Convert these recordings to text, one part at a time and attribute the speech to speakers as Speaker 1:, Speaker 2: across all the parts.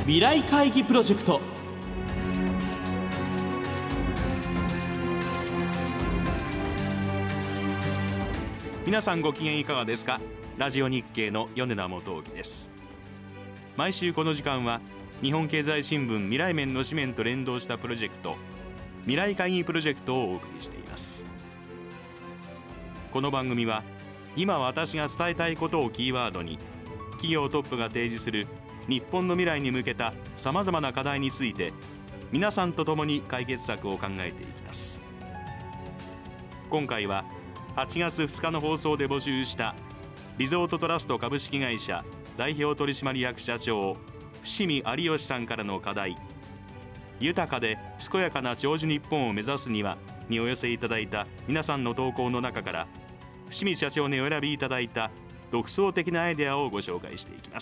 Speaker 1: 未来会議プロジェクト。皆さんご機嫌いかがですか。ラジオ日経の米田元興です。毎週この時間は日本経済新聞未来面の紙面と連動したプロジェクト、未来会議プロジェクトをお送りしています。この番組は今私が伝えたいことをキーワードに、企業トップが提示する日本の未来に向けたさまざまな課題について、皆さんと共に解決策を考えていきます。今回は8月2日の放送で募集したリゾートトラスト株式会社代表取締役社長伏見有吉さんからの課題、豊かで健やかな長寿日本を目指すにはにお寄せいただいた皆さんの投稿の中から、伏見社長にお選びいただいた独創的なアイデアをご紹介していきます。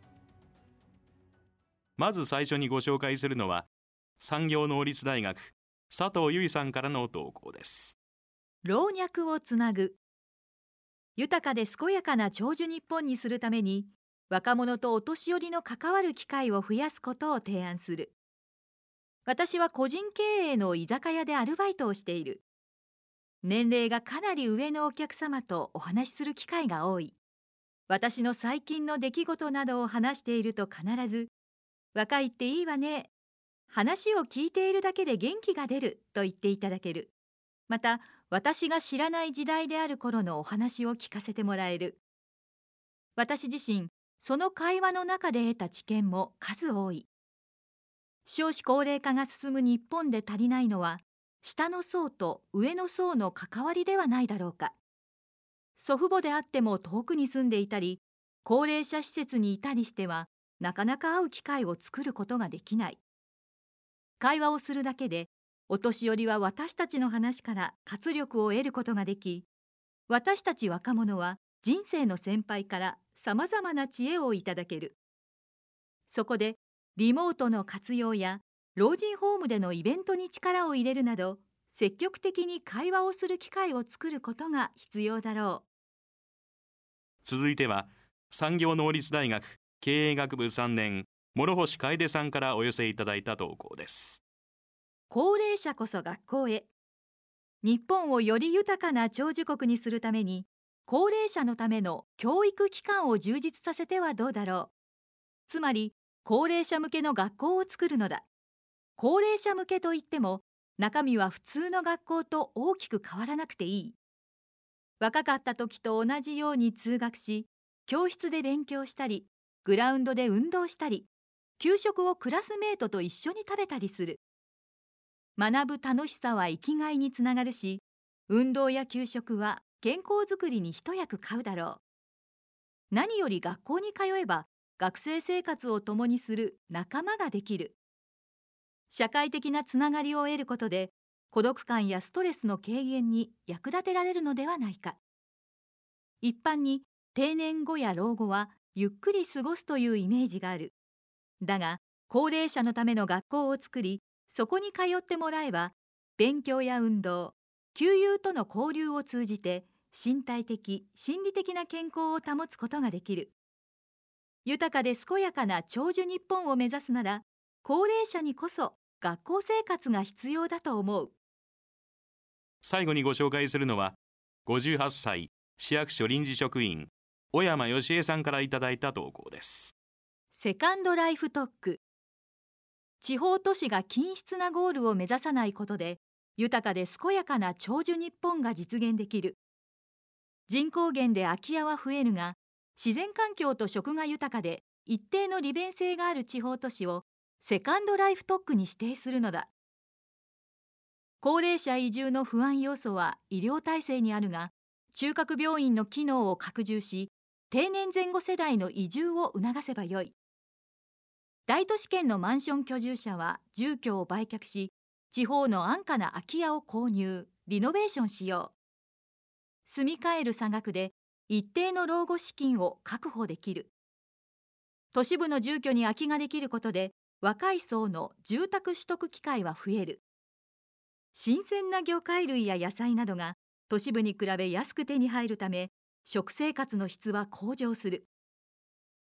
Speaker 1: まず最初にご紹介するのは、産業能率大学佐藤由衣さんからの投稿です。
Speaker 2: 老若をつなぐ。豊かで健やかな長寿日本にするために、若者とお年寄りの関わる機会を増やすことを提案する。私は個人経営の居酒屋でアルバイトをしている。年齢がかなり上のお客様とお話しする機会が多い。私の最近の出来事などを話していると必ず、若いっていいわね。話を聞いているだけで元気が出ると言っていただける。また、私が知らない時代である頃のお話を聞かせてもらえる。私自身、その会話の中で得た知見も数多い。少子高齢化が進む日本で足りないのは、下の層と上の層の関わりではないだろうか。祖父母であっても遠くに住んでいたり、高齢者施設にいたりしては、なかなか会う機会を作ることができない。会話をするだけで、お年寄りは私たちの話から活力を得ることができ、私たち若者は人生の先輩からさまざまな知恵をいただける。そこで、リモートの活用や老人ホームでのイベントに力を入れるなど、積極的に会話をする機会を作ることが必要だろう。
Speaker 1: 続いては、産業能率大学経営学部3年諸星楓さんからお寄せいただいた投稿です。
Speaker 2: 高齢者こそ学校へ。日本をより豊かな長寿国にするために、高齢者のための教育機関を充実させてはどうだろう。つまり、高齢者向けの学校を作るのだ。高齢者向けといっても、中身は普通の学校と大きく変わらなくていい。若かった時と同じように通学し、教室で勉強したり、グラウンドで運動したり、給食をクラスメートと一緒に食べたりする。学ぶ楽しさは生きがいにつながるし、運動や給食は健康づくりに一役買うだろう。何より学校に通えば、学生生活を共にする仲間ができる。社会的なつながりを得ることで、孤独感やストレスの軽減に役立てられるのではないか。一般に定年後や老後はゆっくり過ごすというイメージがある。だが、高齢者のための学校を作り、そこに通ってもらえば、勉強や運動、旧友との交流を通じて、身体的、心理的な健康を保つことができる。豊かで健やかな長寿日本を目指すなら、高齢者にこそ学校生活が必要だと思う。
Speaker 1: 最後にご紹介するのは、58歳市役所臨時職員小山義恵さんからいただいた投稿です。
Speaker 2: セカンドライフ特区。地方都市が均質なゴールを目指さないことで、豊かで健やかな長寿日本が実現できる。人口減で空き家は増えるが、自然環境と食が豊かで一定の利便性がある地方都市をセカンドライフ特区に指定するのだ。高齢者移住の不安要素は医療体制にあるが、中核病院の機能を拡充し、定年前後世代の移住を促せばよい。大都市圏のマンション居住者は住居を売却し、地方の安価な空き家を購入、リノベーションしよう。住み替える差額で一定の老後資金を確保できる。都市部の住居に空きができることで、若い層の住宅取得機会は増える。新鮮な魚介類や野菜などが都市部に比べ安く手に入るため、食生活の質は向上する。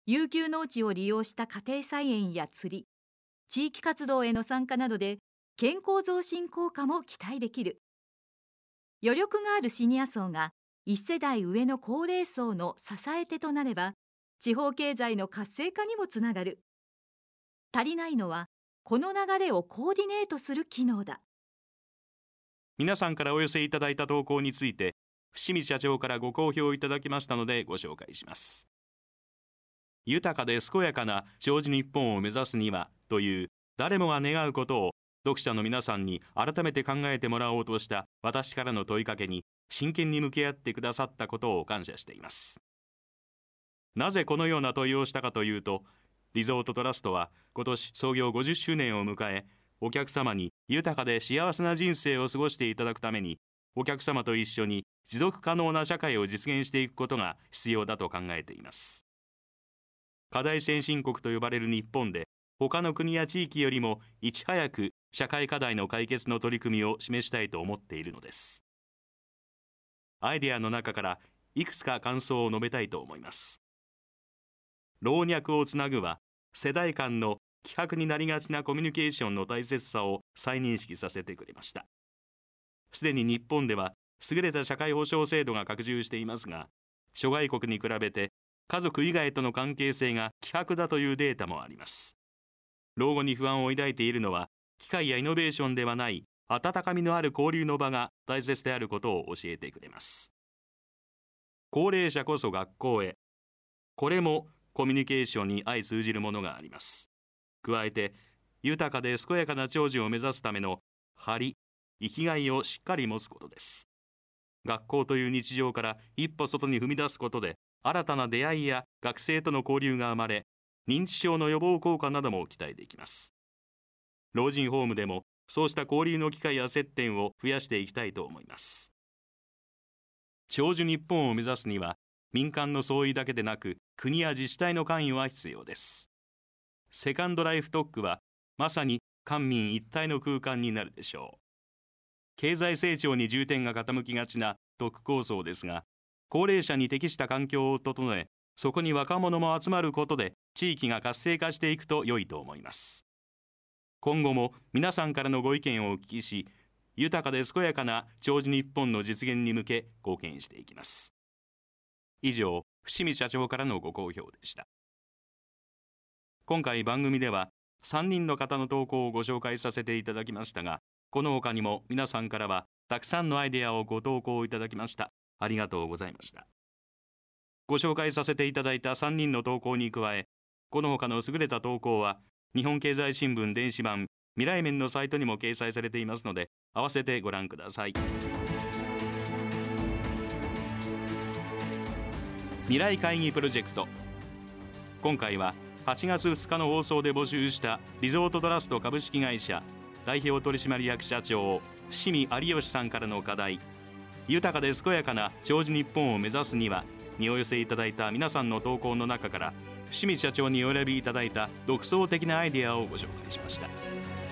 Speaker 2: 遊休農地を利用した家庭菜園や釣り、地域活動への参加などで健康増進効果も期待できる。余力があるシニア層が1世代上の高齢層の支え手となれば、地方経済の活性化にもつながる。足りないのは、この流れをコーディネートする機能だ。
Speaker 1: 皆さんからお寄せいただいた投稿について、伏見社長からご好評いただきましたのでご紹介します。豊かで健やかな長寿日本を目指すにはという誰もが願うことを読者の皆さんに改めて考えてもらおうとした私からの問いかけに真剣に向き合ってくださったことを感謝しています。なぜこのような問いをしたかというと、リゾートトラストは今年創業50周年を迎え、お客様に豊かで幸せな人生を過ごしていただくために、お客様と一緒に持続可能な社会を実現していくことが必要だと考えています。課題先進国と呼ばれる日本で、他の国や地域よりもいち早く社会課題の解決の取り組みを示したいと思っているのです。アイデアの中からいくつか感想を述べたいと思います。老若をつなぐは、世代間の希薄になりがちなコミュニケーションの大切さを再認識させてくれました。すでに日本では優れた社会保障制度が拡充していますが、諸外国に比べて家族以外との関係性が希薄だというデータもあります。老後に不安を抱いているのは、機会やイノベーションではない温かみのある交流の場が大切であることを教えてくれます。高齢者こそ学校へ。これもコミュニケーションに相通じるものがあります。加えて、豊かで健やかな長寿を目指すための張り、生きがいをしっかり持つことです。学校という日常から一歩外に踏み出すことで、新たな出会いや学生との交流が生まれ、認知症の予防効果なども期待できます。老人ホームでもそうした交流の機会や接点を増やしていきたいと思います。長寿日本を目指すには、民間の総意だけでなく、国や自治体の関与は必要です。セカンドライフ特区はまさに官民一体の空間になるでしょう。経済成長に重点が傾きがちな特区構想ですが、高齢者に適した環境を整え、そこに若者も集まることで地域が活性化していくと良いと思います。今後も皆さんからのご意見をお聞きし、豊かで健やかな長寿日本の実現に向け貢献していきます。以上、伏見社長からのご好評でした。今回番組では3人の方の投稿をご紹介させていただきましたが、この他にも皆さんからはたくさんのアイデアをご投稿いただきました。ありがとうございました。ご紹介させていただいた3人の投稿に加え、この他の優れた投稿は日本経済新聞電子版未来面のサイトにも掲載されていますので、合わせてご覧ください。未来会議プロジェクト。今回は8月2日の放送で募集したリゾートトラスト株式会社代表取締役社長伏見有吉さんからの課題、豊かで健やかな長寿日本を目指すにはにお寄せいただいた皆さんの投稿の中から、伏見社長にお選びいただいた独創的なアイデアをご紹介しました。